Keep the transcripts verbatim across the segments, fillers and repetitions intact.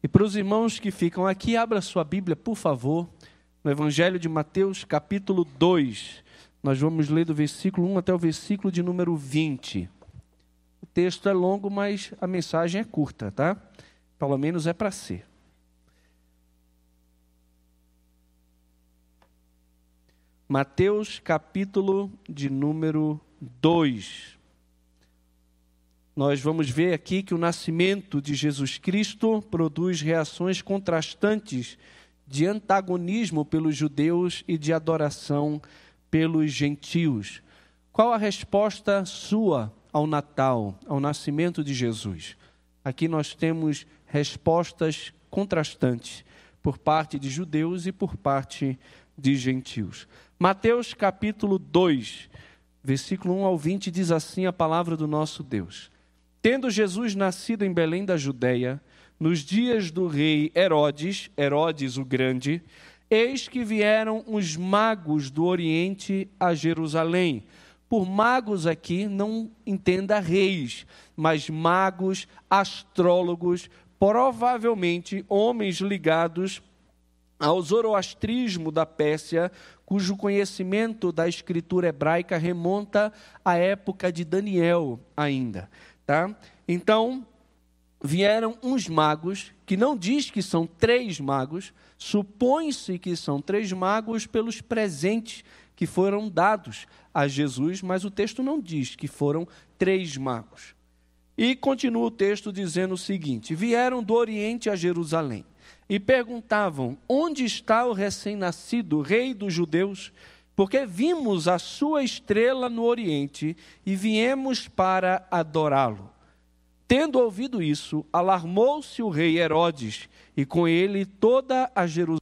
E para os irmãos que ficam aqui, abra sua Bíblia, por favor, no Evangelho de Mateus, capítulo dois. Nós vamos ler do versículo um até o versículo de número vinte. O texto é longo, mas a mensagem é curta, tá? Pelo menos é para ser. Mateus, capítulo de número dois. Nós vamos ver aqui que o nascimento de Jesus Cristo produz reações contrastantes de antagonismo pelos judeus e de adoração pelos gentios. Qual a resposta sua ao Natal, ao nascimento de Jesus? Aqui nós temos respostas contrastantes por parte de judeus e por parte de gentios. Mateus capítulo dois, versículo um ao vinte, diz assim a palavra do nosso Deus. Tendo Jesus nascido em Belém da Judeia, nos dias do rei Herodes, Herodes o Grande, eis que vieram os magos do Oriente a Jerusalém. Por magos aqui, não entenda reis, mas magos, astrólogos, provavelmente homens ligados ao zoroastrismo da Pérsia, cujo conhecimento da escritura hebraica remonta à época de Daniel ainda. Tá? Então, vieram uns magos, que não diz que são três magos, supõe-se que são três magos pelos presentes que foram dados a Jesus, mas o texto não diz que foram três magos. E continua o texto dizendo o seguinte: vieram do Oriente a Jerusalém e perguntavam, onde está o recém-nascido rei dos judeus? Porque vimos a sua estrela no Oriente e viemos para adorá-lo. Tendo ouvido isso, alarmou-se o rei Herodes e com ele toda a Jerusalém.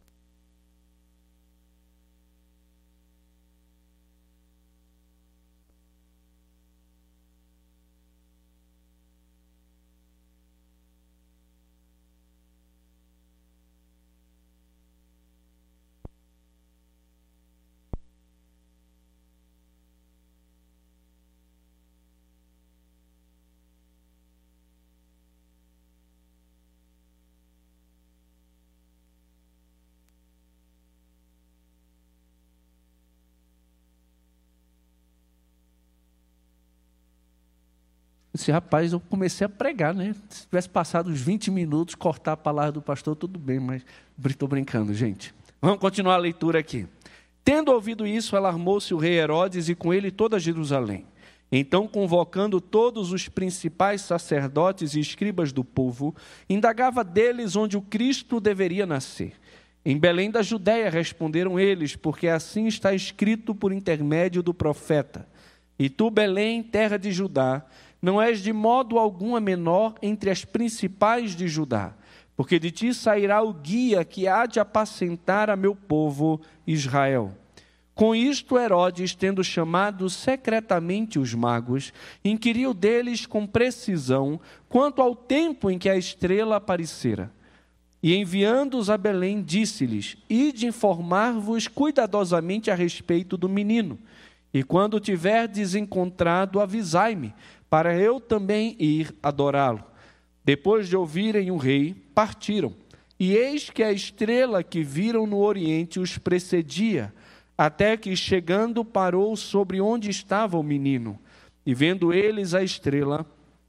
Esse rapaz, eu comecei a pregar, né? Se tivesse passado uns vinte minutos, cortar a palavra do pastor, tudo bem, mas estou brincando, gente. Vamos continuar a leitura aqui. Tendo ouvido isso, alarmou-se o rei Herodes e com ele toda Jerusalém. Então, convocando todos os principais sacerdotes e escribas do povo, indagava deles onde o Cristo deveria nascer. Em Belém da Judeia, responderam eles, porque assim está escrito por intermédio do profeta. E tu, Belém, terra de Judá, não és de modo algum a menor entre as principais de Judá, porque de ti sairá o guia que há de apacentar a meu povo Israel. Com isto, Herodes, tendo chamado secretamente os magos, inquiriu deles com precisão quanto ao tempo em que a estrela aparecera. E enviando-os a Belém, disse-lhes, ide informar-vos cuidadosamente a respeito do menino, e quando tiverdes encontrado, avisai-me, para eu também ir adorá-lo. Depois de ouvirem o rei, partiram. E eis que a estrela que viram no Oriente os precedia, até que, chegando, parou sobre onde estava o menino. E vendo eles a estrela,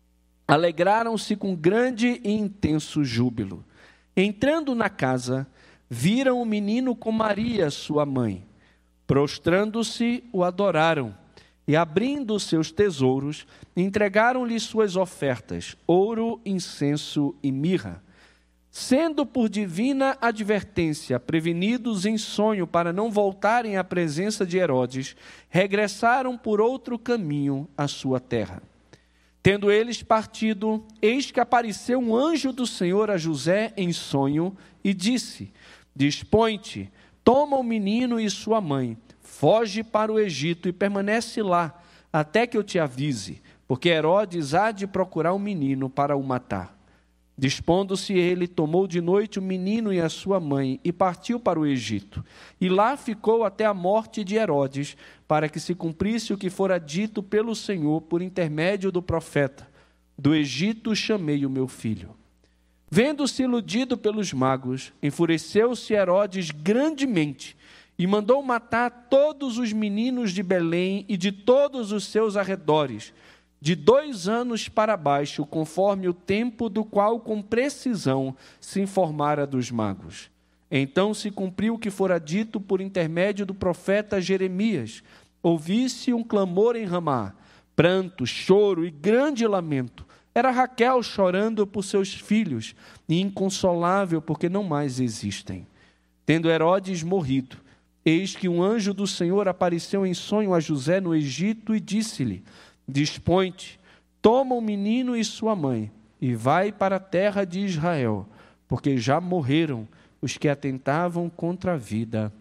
alegraram-se com grande e intenso júbilo. Entrando na casa, viram o menino com Maria, sua mãe. Prostrando-se, o adoraram. E abrindo seus tesouros, entregaram-lhe suas ofertas, ouro, incenso e mirra. Sendo por divina advertência prevenidos em sonho para não voltarem à presença de Herodes, regressaram por outro caminho à sua terra. Tendo eles partido, eis que apareceu um anjo do Senhor a José em sonho e disse, dispõe-te, toma o menino e sua mãe, foge para o Egito e permanece lá, até que eu te avise, porque Herodes há de procurar o menino para o matar. Dispondo-se ele, tomou de noite o menino e a sua mãe e partiu para o Egito. E lá ficou até a morte de Herodes, para que se cumprisse o que fora dito pelo Senhor por intermédio do profeta. Do Egito chamei o meu filho. Vendo-se iludido pelos magos, enfureceu-se Herodes grandemente e mandou matar todos os meninos de Belém e de todos os seus arredores, de dois anos para baixo, conforme o tempo do qual com precisão se informara dos magos. Então se cumpriu o que fora dito por intermédio do profeta Jeremias. Ouvi-se um clamor em Ramá, pranto, choro e grande lamento. Era Raquel chorando por seus filhos, e inconsolável porque não mais existem. Tendo Herodes morrido, eis que um anjo do Senhor apareceu em sonho a José no Egito e disse-lhe: Dispõe-te, toma o menino e sua mãe, e vai para a terra de Israel, porque já morreram os que atentavam contra a vida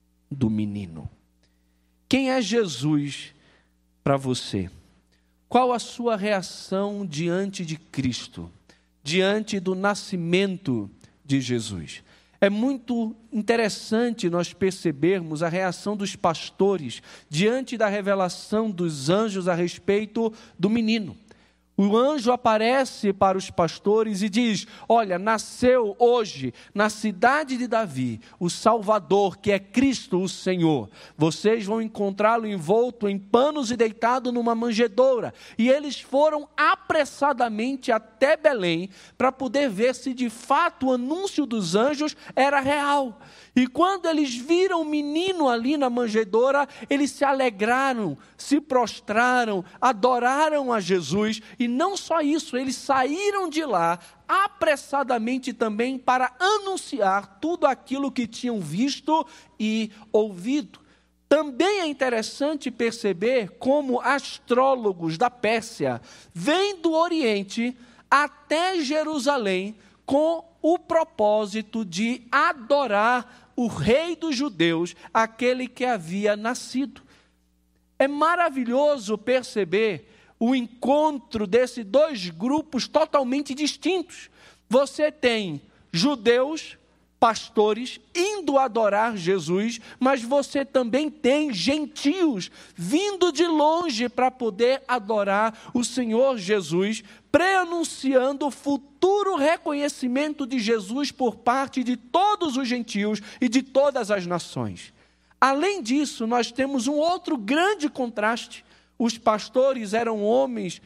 do menino. Quem é Jesus para você? Qual a sua reação diante de Cristo, diante do nascimento de Jesus? É muito interessante nós percebermos a reação dos pastores diante da revelação dos anjos a respeito do menino. O anjo aparece para os pastores e diz: olha, nasceu hoje na cidade de Davi o Salvador, que é Cristo o Senhor. Vocês vão encontrá-lo envolto em panos e deitado numa manjedoura. E eles foram apressadamente até Belém para poder ver se de fato o anúncio dos anjos era real. E quando eles viram o menino ali na manjedoura, eles se alegraram, se prostraram, adoraram a Jesus. E não só isso, eles saíram de lá apressadamente também para anunciar tudo aquilo que tinham visto e ouvido. Também é interessante perceber como astrólogos da Pérsia vêm do Oriente até Jerusalém com o propósito de adorar o rei dos judeus, aquele que havia nascido. É maravilhoso perceber o encontro desses dois grupos totalmente distintos. Você tem judeus, pastores, indo adorar Jesus, mas você também tem gentios vindo de longe para poder adorar o Senhor Jesus, preanunciando o futuro reconhecimento de Jesus por parte de todos os gentios e de todas as nações. Além disso, nós temos um outro grande contraste. Os pastores eram homens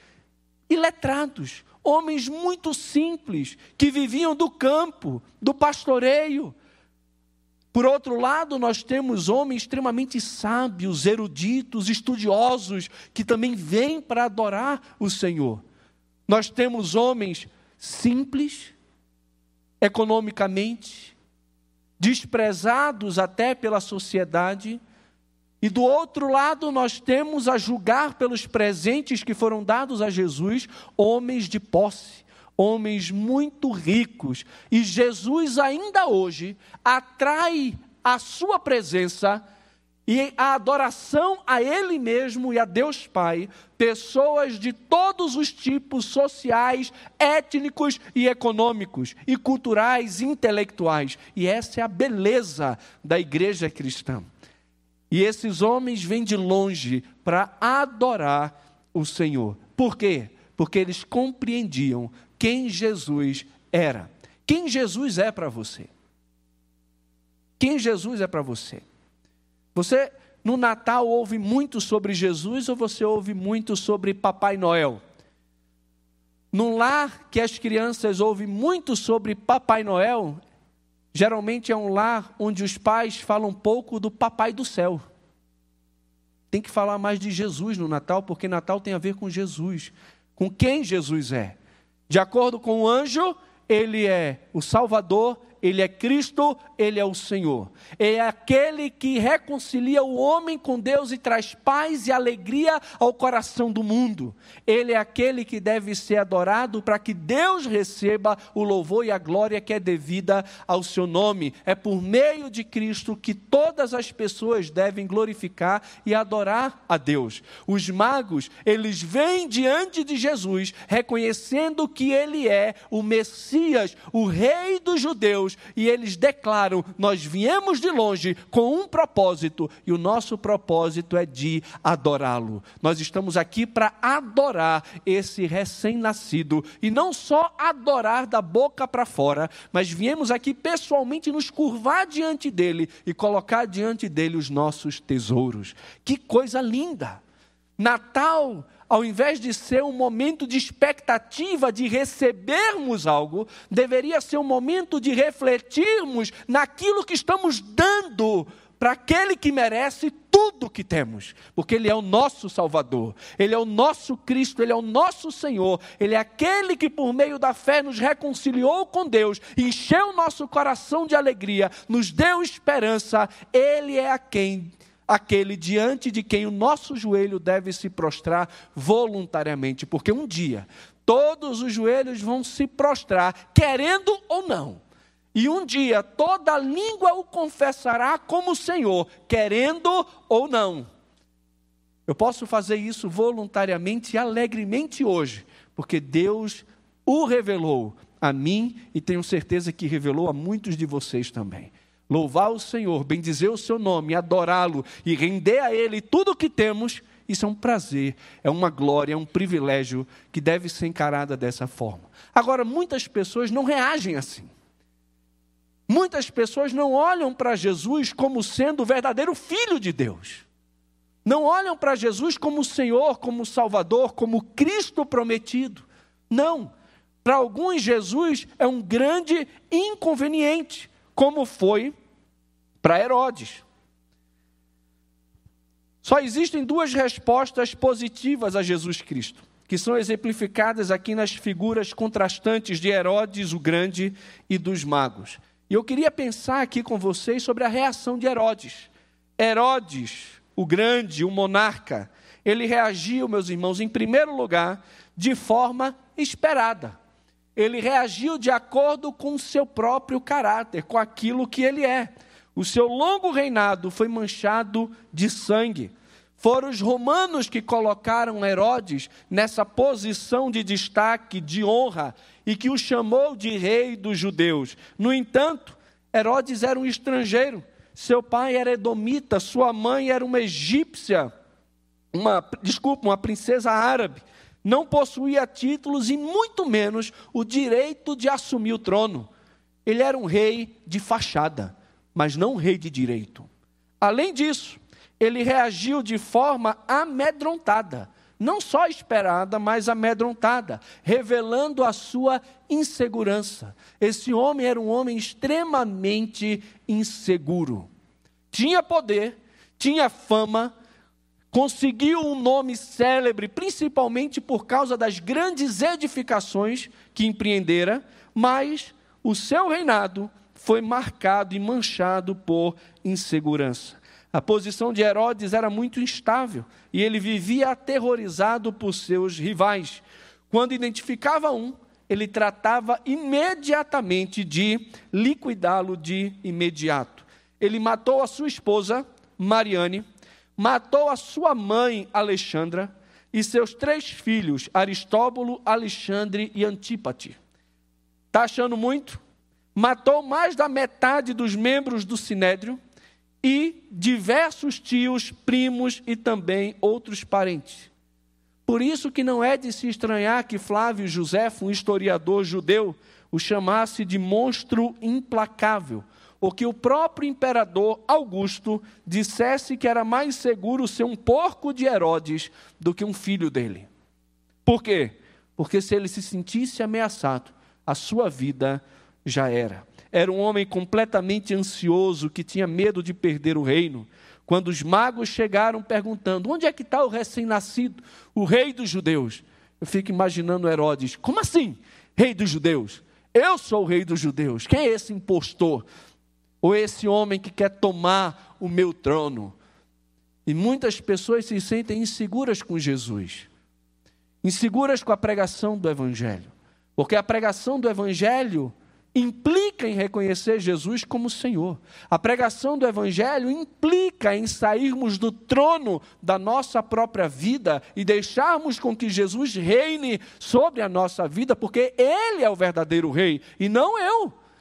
iletrados, homens muito simples, que viviam do campo, do pastoreio. Por outro lado, nós temos homens extremamente sábios, eruditos, estudiosos, que também vêm para adorar o Senhor. Nós temos homens simples, economicamente, desprezados até pela sociedade. E do outro lado, nós temos, a julgar pelos presentes que foram dados a Jesus, homens de posse, homens muito ricos. E Jesus ainda hoje atrai a sua presença e a adoração a Ele mesmo e a Deus Pai, pessoas de todos os tipos sociais, étnicos e econômicos, e culturais e intelectuais. E essa é a beleza da igreja cristã. E esses homens vêm de longe para adorar o Senhor. Por quê? Porque eles compreendiam quem Jesus era. Quem Jesus é para você? Quem Jesus é para você? Você, no Natal, ouve muito sobre Jesus ou você ouve muito sobre Papai Noel? Num lar que as crianças ouvem muito sobre Papai Noel, geralmente é um lar onde os pais falam um pouco do Papai do Céu. Tem que falar mais de Jesus no Natal, porque Natal tem a ver com Jesus, com quem Jesus é. De acordo com o anjo, Ele é o Salvador, Ele é Cristo, Ele é o Senhor. É aquele que reconcilia o homem com Deus e traz paz e alegria ao coração do mundo. Ele é aquele que deve ser adorado para que Deus receba o louvor e a glória que é devida ao seu nome. É por meio de Cristo que todas as pessoas devem glorificar e adorar a Deus. Os magos, eles vêm diante de Jesus, reconhecendo que Ele é o Messias, o Rei dos judeus, Deus e eles declaram: nós viemos de longe com um propósito e o nosso propósito é de adorá-lo. Nós estamos aqui para adorar esse recém-nascido e não só adorar da boca para fora, mas viemos aqui pessoalmente nos curvar diante dele e colocar diante dele os nossos tesouros. Que coisa linda! Natal, ao invés de ser um momento de expectativa de recebermos algo, deveria ser um momento de refletirmos naquilo que estamos dando para aquele que merece tudo que temos, porque Ele é o nosso Salvador, Ele é o nosso Cristo, Ele é o nosso Senhor, Ele é aquele que por meio da fé nos reconciliou com Deus, encheu o nosso coração de alegria, nos deu esperança. Ele é a quem, aquele diante de quem o nosso joelho deve se prostrar voluntariamente, porque um dia todos os joelhos vão se prostrar, querendo ou não. E um dia toda língua o confessará como Senhor, querendo ou não. Eu posso fazer isso voluntariamente e alegremente hoje, porque Deus o revelou a mim e tenho certeza que revelou a muitos de vocês também. Louvar o Senhor, bendizer o seu nome, adorá-lo e render a Ele tudo o que temos, isso é um prazer, é uma glória, é um privilégio que deve ser encarada dessa forma. Agora, muitas pessoas não reagem assim. Muitas pessoas não olham para Jesus como sendo o verdadeiro Filho de Deus. Não olham para Jesus como Senhor, como Salvador, como Cristo prometido. Não. Para alguns, Jesus é um grande inconveniente, como foi para Herodes. Só existem duas respostas positivas a Jesus Cristo, que são exemplificadas aqui nas figuras contrastantes de Herodes o Grande e dos magos. E eu queria pensar aqui com vocês sobre a reação de Herodes. Herodes, o grande, o monarca, ele reagiu, meus irmãos, em primeiro lugar, de forma esperada. Ele reagiu de acordo com o seu próprio caráter, com aquilo que ele é. O seu longo reinado foi manchado de sangue. Foram os romanos que colocaram Herodes nessa posição de destaque, de honra, e que o chamou de rei dos judeus. No entanto, Herodes era um estrangeiro. Seu pai era edomita, sua mãe era uma egípcia, uma, desculpa, uma princesa árabe. Não possuía títulos e muito menos o direito de assumir o trono. Ele era um rei de fachada, mas não um rei de direito. Além disso, ele reagiu de forma amedrontada, não só esperada, mas amedrontada, revelando a sua insegurança. Esse homem era um homem extremamente inseguro. Tinha poder, tinha fama, conseguiu um nome célebre, principalmente por causa das grandes edificações que empreendera, mas o seu reinado foi marcado e manchado por insegurança. A posição de Herodes era muito instável e ele vivia aterrorizado por seus rivais. Quando identificava um, ele tratava imediatamente de liquidá-lo de imediato. Ele matou a sua esposa, Mariane, matou a sua mãe, Alexandra, e seus três filhos, Aristóbulo, Alexandre e Antípate. Está achando muito? Matou mais da metade dos membros do Sinédrio, e diversos tios, primos e também outros parentes. Por isso que não é de se estranhar que Flávio Josefo, um historiador judeu, o chamasse de monstro implacável, ou que o próprio imperador Augusto dissesse que era mais seguro ser um porco de Herodes do que um filho dele. Por quê? Porque se ele se sentisse ameaçado, a sua vida já era. Era um homem completamente ansioso, que tinha medo de perder o reino. Quando os magos chegaram perguntando: onde é que está o recém-nascido, o rei dos judeus? Eu fico imaginando Herodes: como assim, rei dos judeus? Eu sou o rei dos judeus. Quem é esse impostor? Ou esse homem que quer tomar o meu trono? E muitas pessoas se sentem inseguras com Jesus. Inseguras com a pregação do Evangelho. Porque a pregação do Evangelho implica em reconhecer Jesus como Senhor. A pregação do Evangelho implica em sairmos do trono da nossa própria vida e deixarmos com que Jesus reine sobre a nossa vida, porque Ele é o verdadeiro rei e não eu.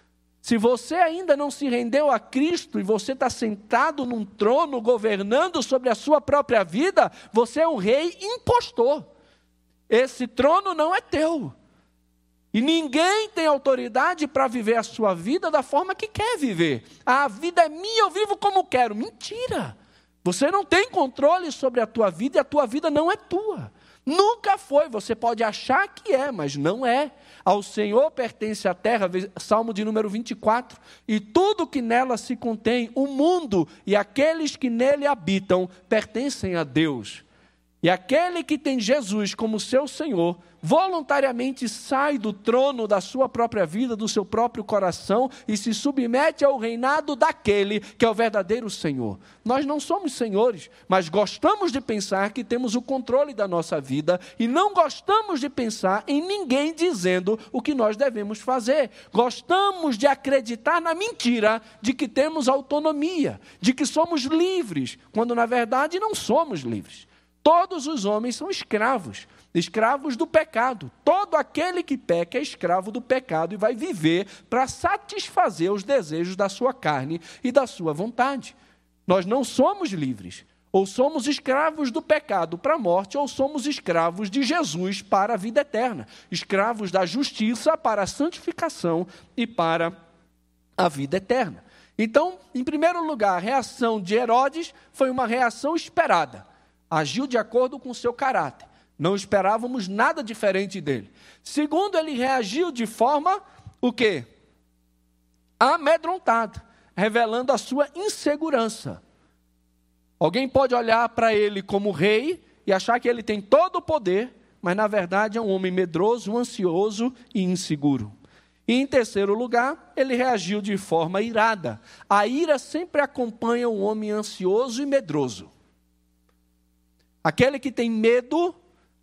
Se você ainda não se rendeu a Cristo e você está sentado num trono governando sobre a sua própria vida, você é um rei impostor. Esse trono não é teu. E ninguém tem autoridade para viver a sua vida da forma que quer viver. A vida é minha, eu vivo como quero. Mentira! Você não tem controle sobre a tua vida e a tua vida não é tua. Nunca foi, você pode achar que é, mas não é. Ao Senhor pertence a terra, Salmo de número vinte e quatro, e tudo que nela se contém, o mundo e aqueles que nele habitam, pertencem a Deus. E aquele que tem Jesus como seu Senhor, voluntariamente sai do trono da sua própria vida, do seu próprio coração, e se submete ao reinado daquele que é o verdadeiro Senhor. Nós não somos senhores, mas gostamos de pensar que temos o controle da nossa vida, e não gostamos de pensar em ninguém dizendo o que nós devemos fazer. Gostamos de acreditar na mentira de que temos autonomia, de que somos livres, quando na verdade não somos livres. Todos os homens são escravos, escravos do pecado. Todo aquele que peca é escravo do pecado e vai viver para satisfazer os desejos da sua carne e da sua vontade. Nós não somos livres. Ou somos escravos do pecado para a morte, ou somos escravos de Jesus para a vida eterna. Escravos da justiça para a santificação e para a vida eterna. Então, em primeiro lugar, a reação de Herodes foi uma reação esperada. Agiu de acordo com o seu caráter. Não esperávamos nada diferente dele. Segundo, ele reagiu de forma, o quê? Amedrontada, revelando a sua insegurança. Alguém pode olhar para ele como rei e achar que ele tem todo o poder, mas na verdade é um homem medroso, ansioso e inseguro. E em terceiro lugar, ele reagiu de forma irada. A ira sempre acompanha um homem ansioso e medroso. Aquele que tem medo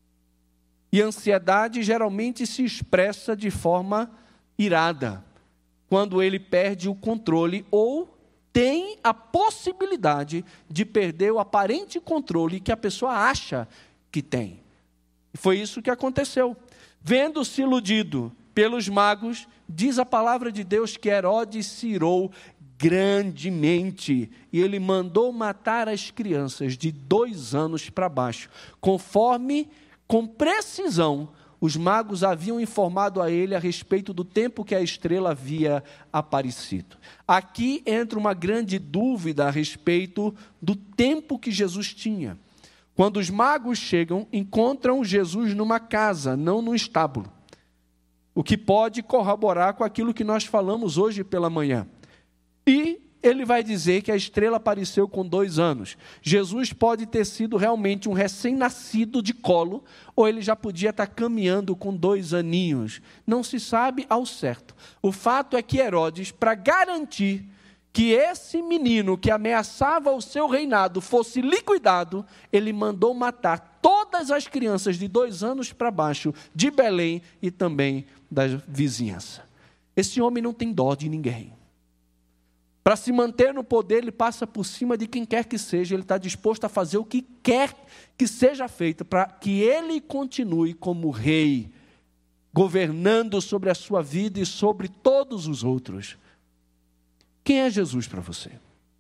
e ansiedade geralmente se expressa de forma irada, quando ele perde o controle ou tem a possibilidade de perder o aparente controle que a pessoa acha que tem. E foi isso que aconteceu. Vendo-se iludido pelos magos, diz a palavra de Deus que Herodes se irou grandemente, e ele mandou matar as crianças de dois anos para baixo, conforme, com precisão, os magos haviam informado a ele a respeito do tempo que a estrela havia aparecido. Aqui entra uma grande dúvida a respeito do tempo que Jesus tinha. Quando os magos chegam, encontram Jesus numa casa, não num estábulo, o que pode corroborar com aquilo que nós falamos hoje pela manhã. E ele vai dizer que a estrela apareceu com dois anos. Jesus pode ter sido realmente um recém-nascido de colo, ou ele já podia estar caminhando com dois aninhos. Não se sabe ao certo. O fato é que Herodes, para garantir que esse menino que ameaçava o seu reinado fosse liquidado, ele mandou matar todas as crianças de dois anos para baixo, de Belém e também da vizinhança. Esse homem não tem dó de ninguém. Para se manter no poder, ele passa por cima de quem quer que seja, ele está disposto a fazer o que quer que seja feito, para que ele continue como rei, governando sobre a sua vida e sobre todos os outros. Quem é Jesus para você?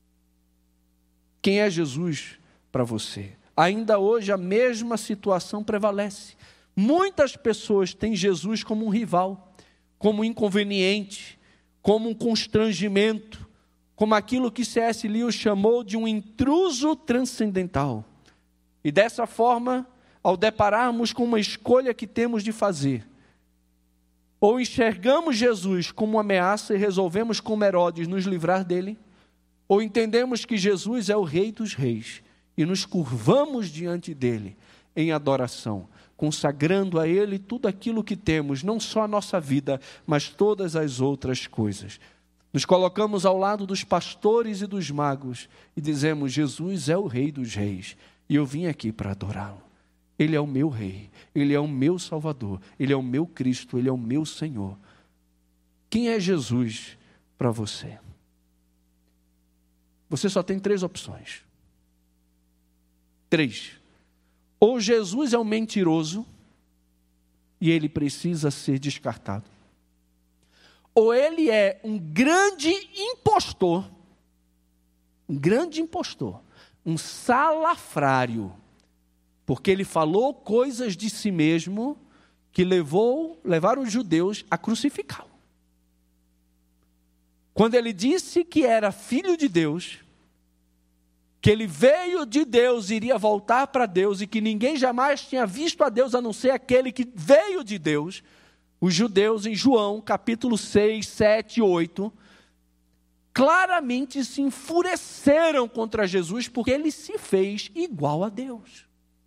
Quem é Jesus para você? Ainda hoje a mesma situação prevalece. Muitas pessoas têm Jesus como um rival, como um inconveniente, como um constrangimento, como aquilo que C S Lewis chamou de um intruso transcendental. E dessa forma, ao depararmos com uma escolha que temos de fazer, ou enxergamos Jesus como uma ameaça e resolvemos, como Herodes, nos livrar dele, ou entendemos que Jesus é o Rei dos Reis e nos curvamos diante dele em adoração, consagrando a ele tudo aquilo que temos, não só a nossa vida, mas todas as outras coisas. Nos colocamos ao lado dos pastores e dos magos e dizemos: Jesus é o Rei dos Reis e eu vim aqui para adorá-lo. Ele é o meu Rei, Ele é o meu Salvador, Ele é o meu Cristo, Ele é o meu Senhor. Quem é Jesus para você? Você só tem três opções. Três. Ou Jesus é um mentiroso e ele precisa ser descartado. ou ele é um grande impostor, um grande impostor, um salafrário, porque ele falou coisas de si mesmo que levou, levaram os judeus a crucificá-lo. Quando ele disse que era filho de Deus, que ele veio de Deus e iria voltar para Deus, e que ninguém jamais tinha visto a Deus a não ser aquele que veio de Deus, os judeus em João capítulo seis, sete e oito, claramente se enfureceram contra Jesus, porque ele se fez igual a Deus.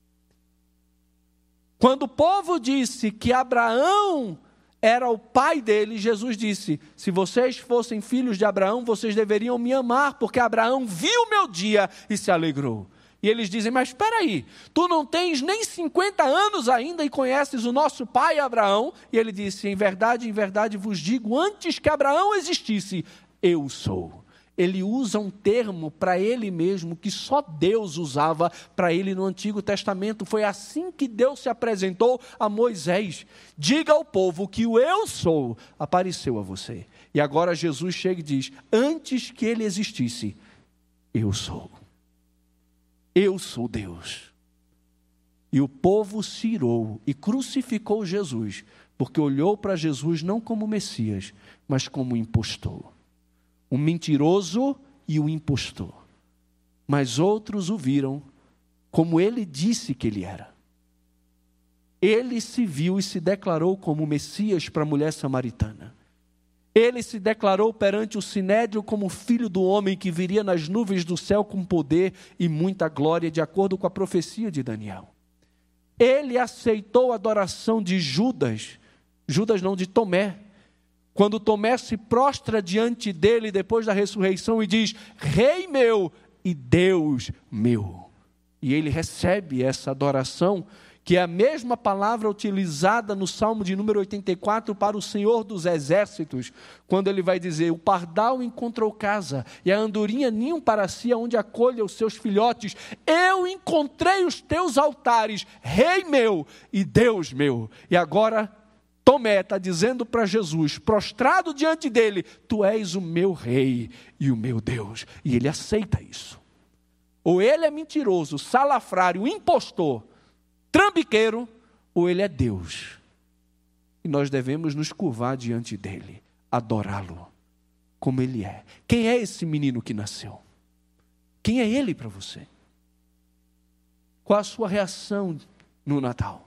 Quando o povo disse que Abraão era o pai dele, Jesus disse: se vocês fossem filhos de Abraão, vocês deveriam me amar, porque Abraão viu o meu dia e se alegrou. E eles dizem: mas espera aí, tu não tens nem cinquenta anos ainda e conheces o nosso pai Abraão? E ele disse: em verdade, em verdade vos digo, antes que Abraão existisse, eu sou. Ele usa um termo para ele mesmo que só Deus usava para ele no Antigo Testamento. Foi assim que Deus se apresentou a Moisés: diga ao povo que o eu sou apareceu a você. E agora Jesus chega e diz: antes que ele existisse, eu sou. Eu sou Deus. E o povo se irou e crucificou Jesus, porque olhou para Jesus não como Messias, mas como impostor. Um mentiroso e um impostor. Mas outros o viram como ele disse que ele era. Ele se viu e se declarou como Messias para a mulher samaritana. Ele se declarou perante o Sinédrio como filho do homem que viria nas nuvens do céu com poder e muita glória, de acordo com a profecia de Daniel. Ele aceitou a adoração de Judas, Judas não, de Tomé, quando Tomé se prostra diante dele depois da ressurreição e diz: Rei meu e Deus meu. E ele recebe essa adoração, que é a mesma palavra utilizada no Salmo de número oitenta e quatro para o Senhor dos Exércitos, quando ele vai dizer: o pardal encontrou casa, e a andorinha ninho para si, onde acolha os seus filhotes. Eu encontrei os teus altares, Rei meu e Deus meu. E agora Tomé está dizendo para Jesus, prostrado diante dele: tu és o meu rei e o meu Deus. E ele aceita isso. Ou ele é mentiroso, salafrário, impostor, trambiqueiro, ou ele é Deus. E nós devemos nos curvar diante dele, adorá-lo como ele é. Quem é esse menino que nasceu? Quem é ele para você? Qual a sua reação no Natal?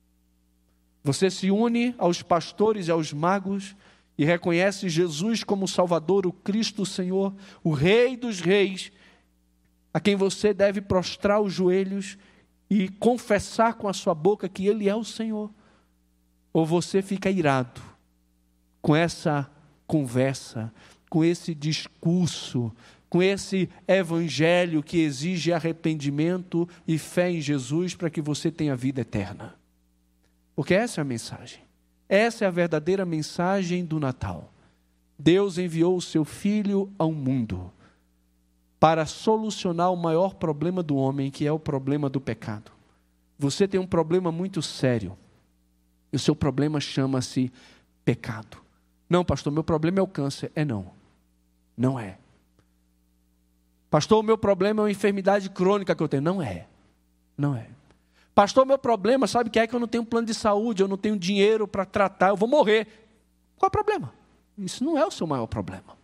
Você se une aos pastores e aos magos e reconhece Jesus como o Salvador, o Cristo, o Senhor, o Rei dos Reis, a quem você deve prostrar os joelhos e confessar com a sua boca que Ele é o Senhor? Ou você fica irado com essa conversa, com esse discurso, com esse evangelho que exige arrependimento e fé em Jesus para que você tenha vida eterna? Porque essa é a mensagem. Essa é a verdadeira mensagem do Natal. Deus enviou o seu Filho ao mundo para solucionar o maior problema do homem, que é o problema do pecado. Você tem um problema muito sério. E o seu problema chama-se pecado. Não, pastor, meu problema é o câncer. É não. Não é. Pastor, o meu problema é uma enfermidade crônica que eu tenho. Não é. Não é. Pastor, meu problema, sabe o que é? Que eu não tenho plano de saúde, eu não tenho dinheiro para tratar, eu vou morrer. Qual é o problema? Isso não é o seu maior problema.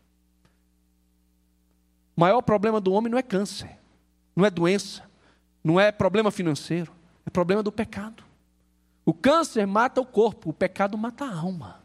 O maior problema do homem não é câncer, não é doença, não é problema financeiro, é problema do pecado. O câncer mata o corpo, o pecado mata a alma.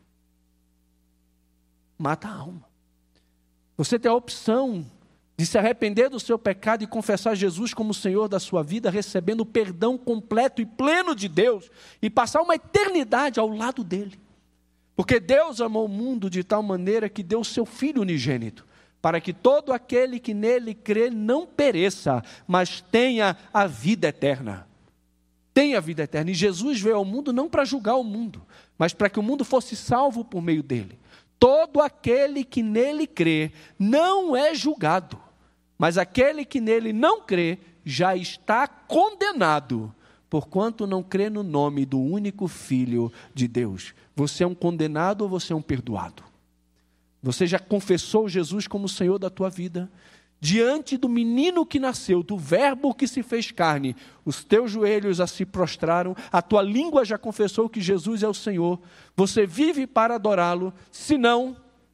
Mata a alma. Você tem a opção de se arrepender do seu pecado e confessar Jesus como o Senhor da sua vida, recebendo o perdão completo e pleno de Deus, e passar uma eternidade ao lado dele. Porque Deus amou o mundo de tal maneira que deu o seu Filho unigênito, para que todo aquele que nele crê não pereça, mas tenha a vida eterna. Tenha a vida eterna. E Jesus veio ao mundo não para julgar o mundo, mas para que o mundo fosse salvo por meio dele. Todo aquele que nele crê não é julgado, mas aquele que nele não crê já está condenado, porquanto não crê no nome do único Filho de Deus. Você é um condenado ou você é um perdoado? Você já confessou Jesus como o Senhor da tua vida? Diante do menino que nasceu, do verbo que se fez carne, os teus joelhos a se prostraram, a tua língua já confessou que Jesus é o Senhor, você vive para adorá-lo, senão,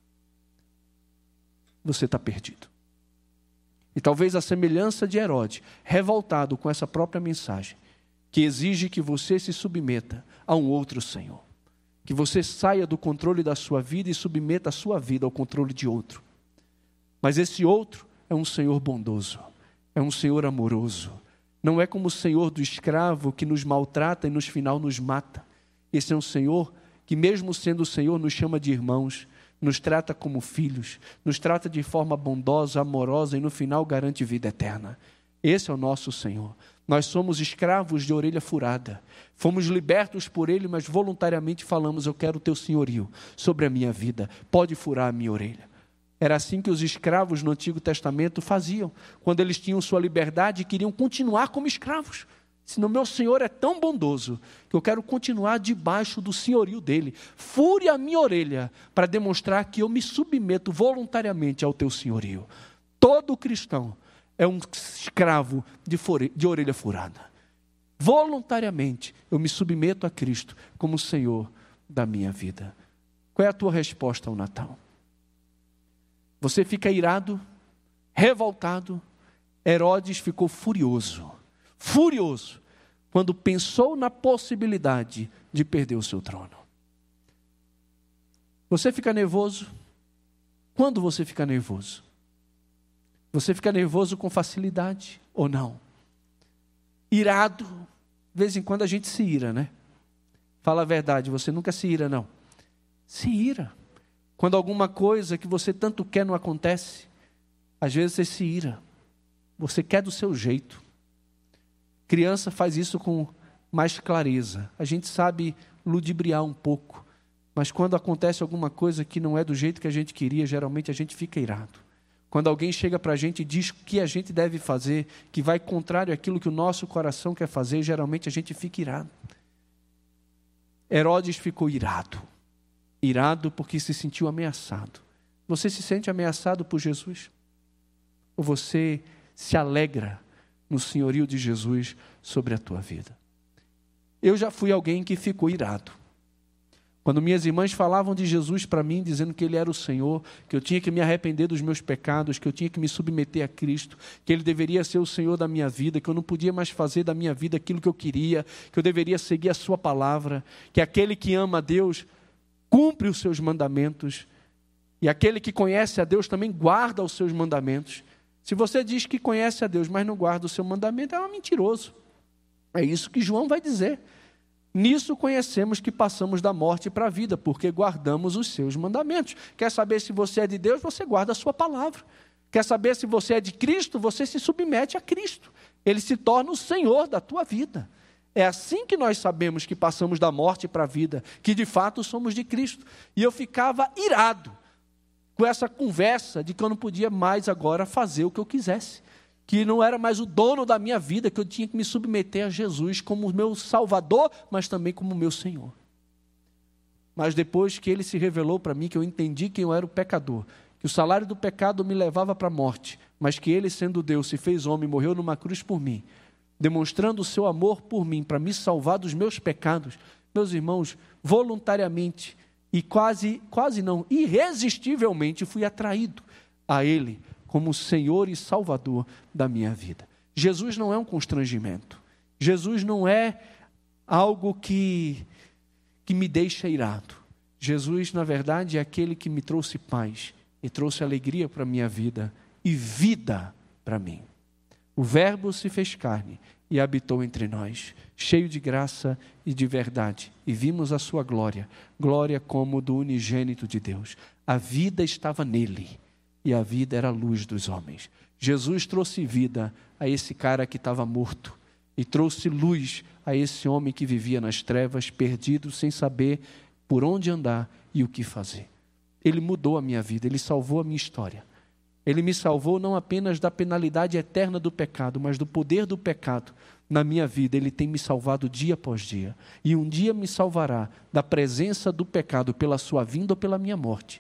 você está perdido. E talvez a semelhança de Herodes, revoltado com essa própria mensagem, que exige que você se submeta a um outro Senhor, que você saia do controle da sua vida e submeta a sua vida ao controle de outro. Mas esse outro é um Senhor bondoso, é um Senhor amoroso. Não é como o Senhor do escravo que nos maltrata e no final nos mata. Esse é um Senhor que, mesmo sendo o Senhor, nos chama de irmãos, nos trata como filhos, nos trata de forma bondosa, amorosa e no final garante vida eterna. Esse é o nosso Senhor. Nós somos escravos de orelha furada. Fomos libertos por Ele, mas voluntariamente falamos: eu quero o teu senhorio sobre a minha vida. Pode furar a minha orelha. Era assim que os escravos no Antigo Testamento faziam, quando eles tinham sua liberdade e queriam continuar como escravos. Senão, meu Senhor é tão bondoso que eu quero continuar debaixo do senhorio dele. Fure a minha orelha para demonstrar que eu me submeto voluntariamente ao teu senhorio. Todo cristão é um escravo de, fore... de orelha furada. Voluntariamente eu me submeto a Cristo como Senhor da minha vida. Qual é a tua resposta ao Natal? Você fica irado, revoltado. Herodes ficou furioso, furioso, quando pensou na possibilidade de perder o seu trono. Você fica nervoso? Quando você fica nervoso? Você fica nervoso com facilidade ou não? Irado, de vez em quando a gente se ira, né? Fala a verdade, você nunca se ira, não. Se ira. Quando alguma coisa que você tanto quer não acontece, às vezes você se ira. Você quer do seu jeito. Criança faz isso com mais clareza. A gente sabe ludibriar um pouco. Mas quando acontece alguma coisa que não é do jeito que a gente queria, geralmente a gente fica irado. Quando alguém chega para a gente e diz o que a gente deve fazer, que vai contrário àquilo que o nosso coração quer fazer, geralmente a gente fica irado. Herodes ficou irado. Irado porque se sentiu ameaçado. Você se sente ameaçado por Jesus? Ou você se alegra no senhorio de Jesus sobre a tua vida? Eu já fui alguém que ficou irado. Quando minhas irmãs falavam de Jesus para mim, dizendo que Ele era o Senhor, que eu tinha que me arrepender dos meus pecados, que eu tinha que me submeter a Cristo, que Ele deveria ser o Senhor da minha vida, que eu não podia mais fazer da minha vida aquilo que eu queria, que eu deveria seguir a Sua palavra, que aquele que ama a Deus cumpre os seus mandamentos, e aquele que conhece a Deus também guarda os seus mandamentos. Se você diz que conhece a Deus, mas não guarda o seu mandamento, é um mentiroso. É isso que João vai dizer. Nisso conhecemos que passamos da morte para a vida, porque guardamos os seus mandamentos. Quer saber se você é de Deus? Você guarda a sua palavra. Quer saber se você é de Cristo? Você se submete a Cristo. Ele se torna o Senhor da tua vida. É assim que nós sabemos que passamos da morte para a vida, que de fato somos de Cristo. E eu ficava irado com essa conversa de que eu não podia mais agora fazer o que eu quisesse, que não era mais o dono da minha vida, que eu tinha que me submeter a Jesus como meu Salvador, mas também como meu Senhor. Mas depois que Ele se revelou para mim, que eu entendi que eu era o pecador, que o salário do pecado me levava para a morte, mas que Ele, sendo Deus, se fez homem e morreu numa cruz por mim, demonstrando o seu amor por mim, para me salvar dos meus pecados, meus irmãos, voluntariamente e quase, quase não, irresistivelmente fui atraído a Ele como Senhor e Salvador da minha vida. Jesus não é um constrangimento. Jesus não é algo que, que me deixa irado. Jesus, na verdade, é aquele que me trouxe paz e trouxe alegria para a minha vida e vida para mim. O Verbo se fez carne e habitou entre nós, cheio de graça e de verdade, e vimos a sua glória, glória como do unigênito de Deus. A vida estava nele, e a vida era a luz dos homens. Jesus trouxe vida a esse cara que estava morto, e trouxe luz a esse homem que vivia nas trevas, perdido, sem saber por onde andar e o que fazer. Ele mudou a minha vida, Ele salvou a minha história. Ele me salvou não apenas da penalidade eterna do pecado, mas do poder do pecado na minha vida. Ele tem me salvado dia após dia. E um dia me salvará da presença do pecado pela sua vinda ou pela minha morte.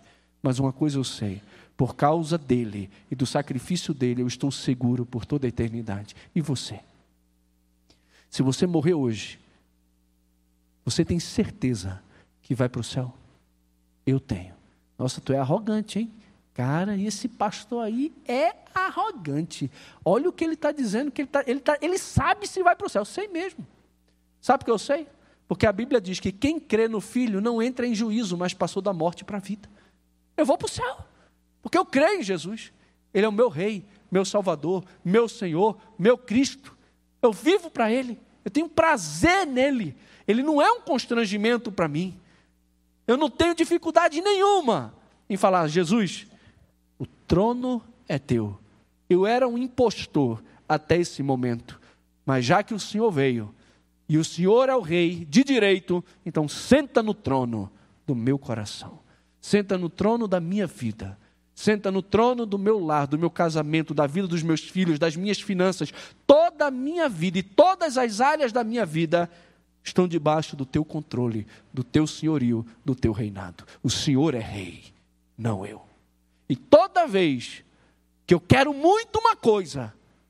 Mas uma coisa eu sei, por causa dele e do sacrifício dele, eu estou seguro por toda a eternidade. E você? Se você morrer hoje, você tem certeza que vai para o céu? Eu tenho. Nossa, tu é arrogante, hein? Cara, esse pastor aí é arrogante. Olha o que ele está dizendo, que ele, tá, ele, tá, ele sabe se vai para o céu. Eu sei mesmo. Sabe o que eu sei? Porque a Bíblia diz que quem crê no Filho não entra em juízo, mas passou da morte para a vida. Eu vou para o céu, porque eu creio em Jesus. Ele é o meu Rei, meu Salvador, meu Senhor, meu Cristo. Eu vivo para Ele, eu tenho prazer nele. Ele não é um constrangimento para mim. Eu não tenho dificuldade nenhuma em falar: Jesus, o trono é teu. Eu era um impostor até esse momento, mas já que o Senhor veio, e o Senhor é o Rei de direito, então senta no trono do meu coração, senta no trono da minha vida, senta no trono do meu lar, do meu casamento, da vida dos meus filhos, das minhas finanças. Toda a minha vida e todas as áreas da minha vida estão debaixo do teu controle, do teu senhorio, do teu reinado. O Senhor é Rei, não eu. E toda vez que eu quero muito uma coisa,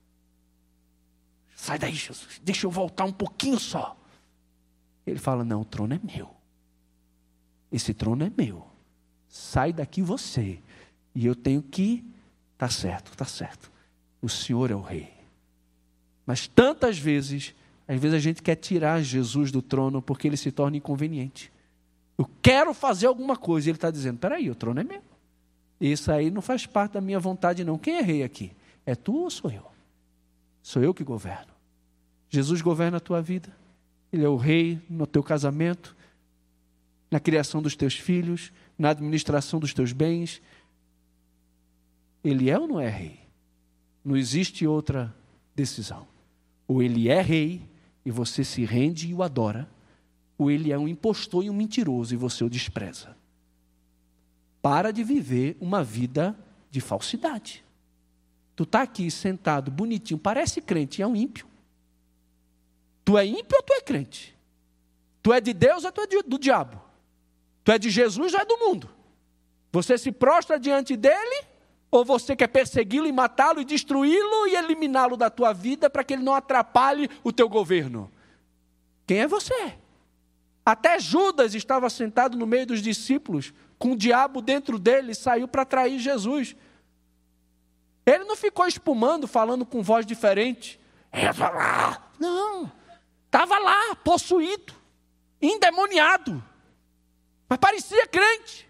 sai daí, Jesus, deixa eu voltar um pouquinho só. Ele fala: não, o trono é meu. Esse trono é meu. Sai daqui você. E eu tenho que... Está certo, está certo. O Senhor é o Rei. Mas tantas vezes, às vezes a gente quer tirar Jesus do trono porque ele se torna inconveniente. Eu quero fazer alguma coisa. E ele está dizendo: peraí, o trono é meu. Isso aí não faz parte da minha vontade não. Quem é rei aqui? É tu ou sou eu? Sou eu que governo. Jesus governa a tua vida. Ele é o Rei no teu casamento, na criação dos teus filhos, na administração dos teus bens. Ele é ou não é Rei? Não existe outra decisão. Ou ele é Rei e você se rende e o adora, ou ele é um impostor e um mentiroso e você o despreza. Para de viver uma vida de falsidade. Tu está aqui sentado, bonitinho, parece crente, e é um ímpio. Tu é ímpio ou tu é crente? Tu é de Deus ou tu é do diabo? Tu é de Jesus ou é do mundo? Você se prostra diante dele, ou você quer persegui-lo e matá-lo e destruí-lo e eliminá-lo da tua vida para que ele não atrapalhe o teu governo? Quem é você? Até Judas estava sentado no meio dos discípulos, com o diabo dentro dele, e saiu para trair Jesus. Ele não ficou espumando, falando com voz diferente. Não, estava lá, possuído, endemoniado, mas parecia crente.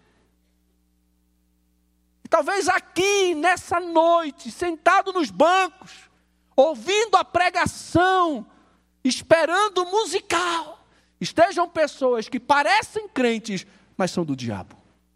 E talvez aqui, nessa noite, sentado nos bancos, ouvindo a pregação, esperando o musical, estejam pessoas que parecem crentes, mas são do diabo.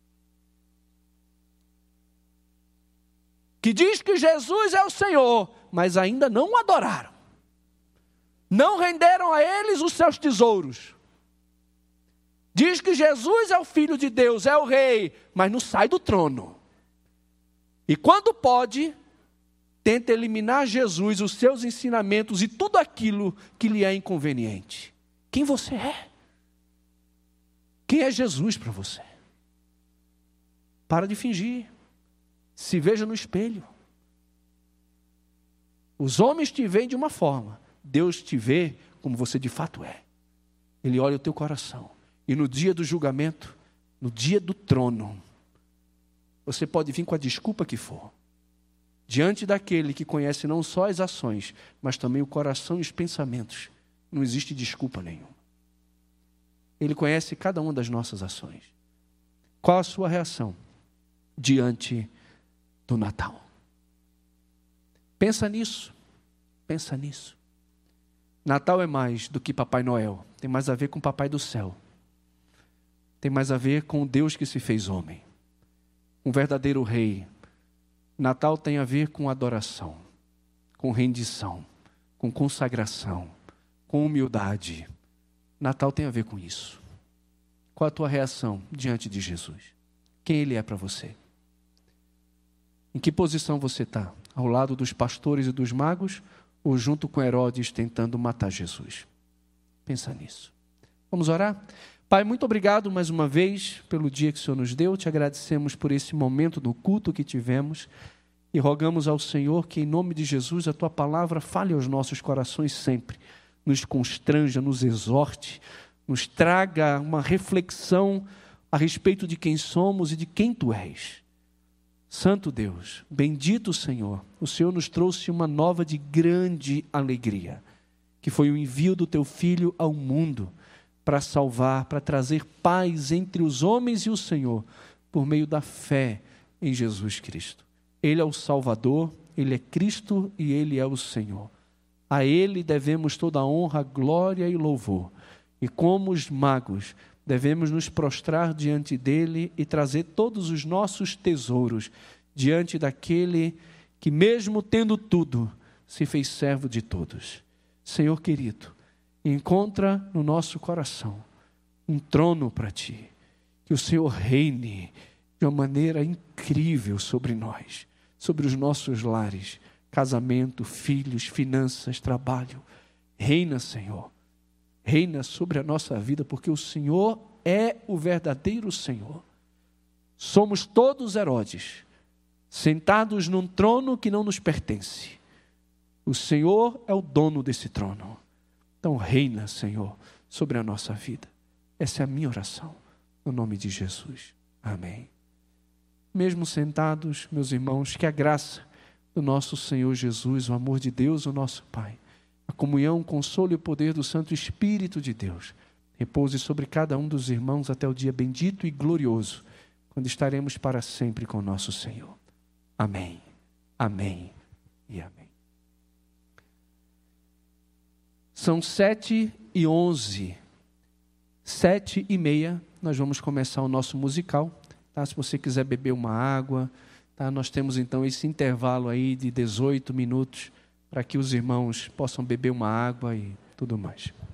Que diz que Jesus é o Senhor, mas ainda não o adoraram. Não renderam a eles os seus tesouros. Diz que Jesus é o Filho de Deus, é o Rei, mas não sai do trono. E quando pode, tenta eliminar Jesus, os seus ensinamentos e tudo aquilo que lhe é inconveniente. Quem você é? Quem é Jesus para você? Para de fingir. Se veja no espelho. Os homens te veem de uma forma, Deus te vê como você de fato é. Ele olha o teu coração. E no dia do julgamento, no dia do trono, você pode vir com a desculpa que for. Diante daquele que conhece não só as ações, mas também o coração e os pensamentos. Não existe desculpa nenhuma. Ele conhece cada uma das nossas ações. Qual a sua reação diante do Natal? Pensa nisso. Pensa nisso. Natal é mais do que Papai Noel. Tem mais a ver com o Papai do Céu. Tem mais a ver com o Deus que se fez homem. Um verdadeiro rei. Natal tem a ver com adoração, com rendição, com consagração, com humildade. Natal tem a ver com isso. Qual a tua reação diante de Jesus? Quem Ele é para você? Em que posição você está? Ao lado dos pastores e dos magos ou junto com Herodes tentando matar Jesus? Pensa nisso. Vamos orar? Pai, muito obrigado mais uma vez pelo dia que o Senhor nos deu. Te agradecemos por esse momento do culto que tivemos e rogamos ao Senhor que, em nome de Jesus, a Tua palavra fale aos nossos corações sempre, nos constranja, nos exorte, nos traga uma reflexão a respeito de quem somos e de quem Tu és. Santo Deus, bendito Senhor, o Senhor nos trouxe uma nova de grande alegria, que foi o envio do Teu Filho ao mundo para salvar, para trazer paz entre os homens e o Senhor, por meio da fé em Jesus Cristo. Ele é o Salvador, Ele é Cristo e Ele é o Senhor. A Ele devemos toda a honra, glória e louvor. E como os magos, devemos nos prostrar diante dEle e trazer todos os nossos tesouros diante daquele que, mesmo tendo tudo, se fez servo de todos. Senhor querido, encontra no nosso coração um trono para Ti, que o Senhor reine de uma maneira incrível sobre nós, sobre os nossos lares, casamento, filhos, finanças, trabalho. Reina, Senhor, reina sobre a nossa vida, porque o Senhor é o verdadeiro Senhor. Somos todos Herodes, sentados num trono que não nos pertence. O Senhor é o dono desse trono. Então reina, Senhor, sobre a nossa vida. Essa é a minha oração, no nome de Jesus. Amém. Mesmo sentados, meus irmãos, que a graça do nosso Senhor Jesus, o amor de Deus, o nosso Pai, a comunhão, o consolo e o poder do Santo Espírito de Deus, repouse sobre cada um dos irmãos até o dia bendito e glorioso, quando estaremos para sempre com o nosso Senhor. Amém, amém e amém. São sete e onze, sete e meia, nós vamos começar o nosso musical, tá? Se você quiser beber uma água, tá? Nós temos então esse intervalo aí de dezoito minutos, para que os irmãos possam beber uma água e tudo mais.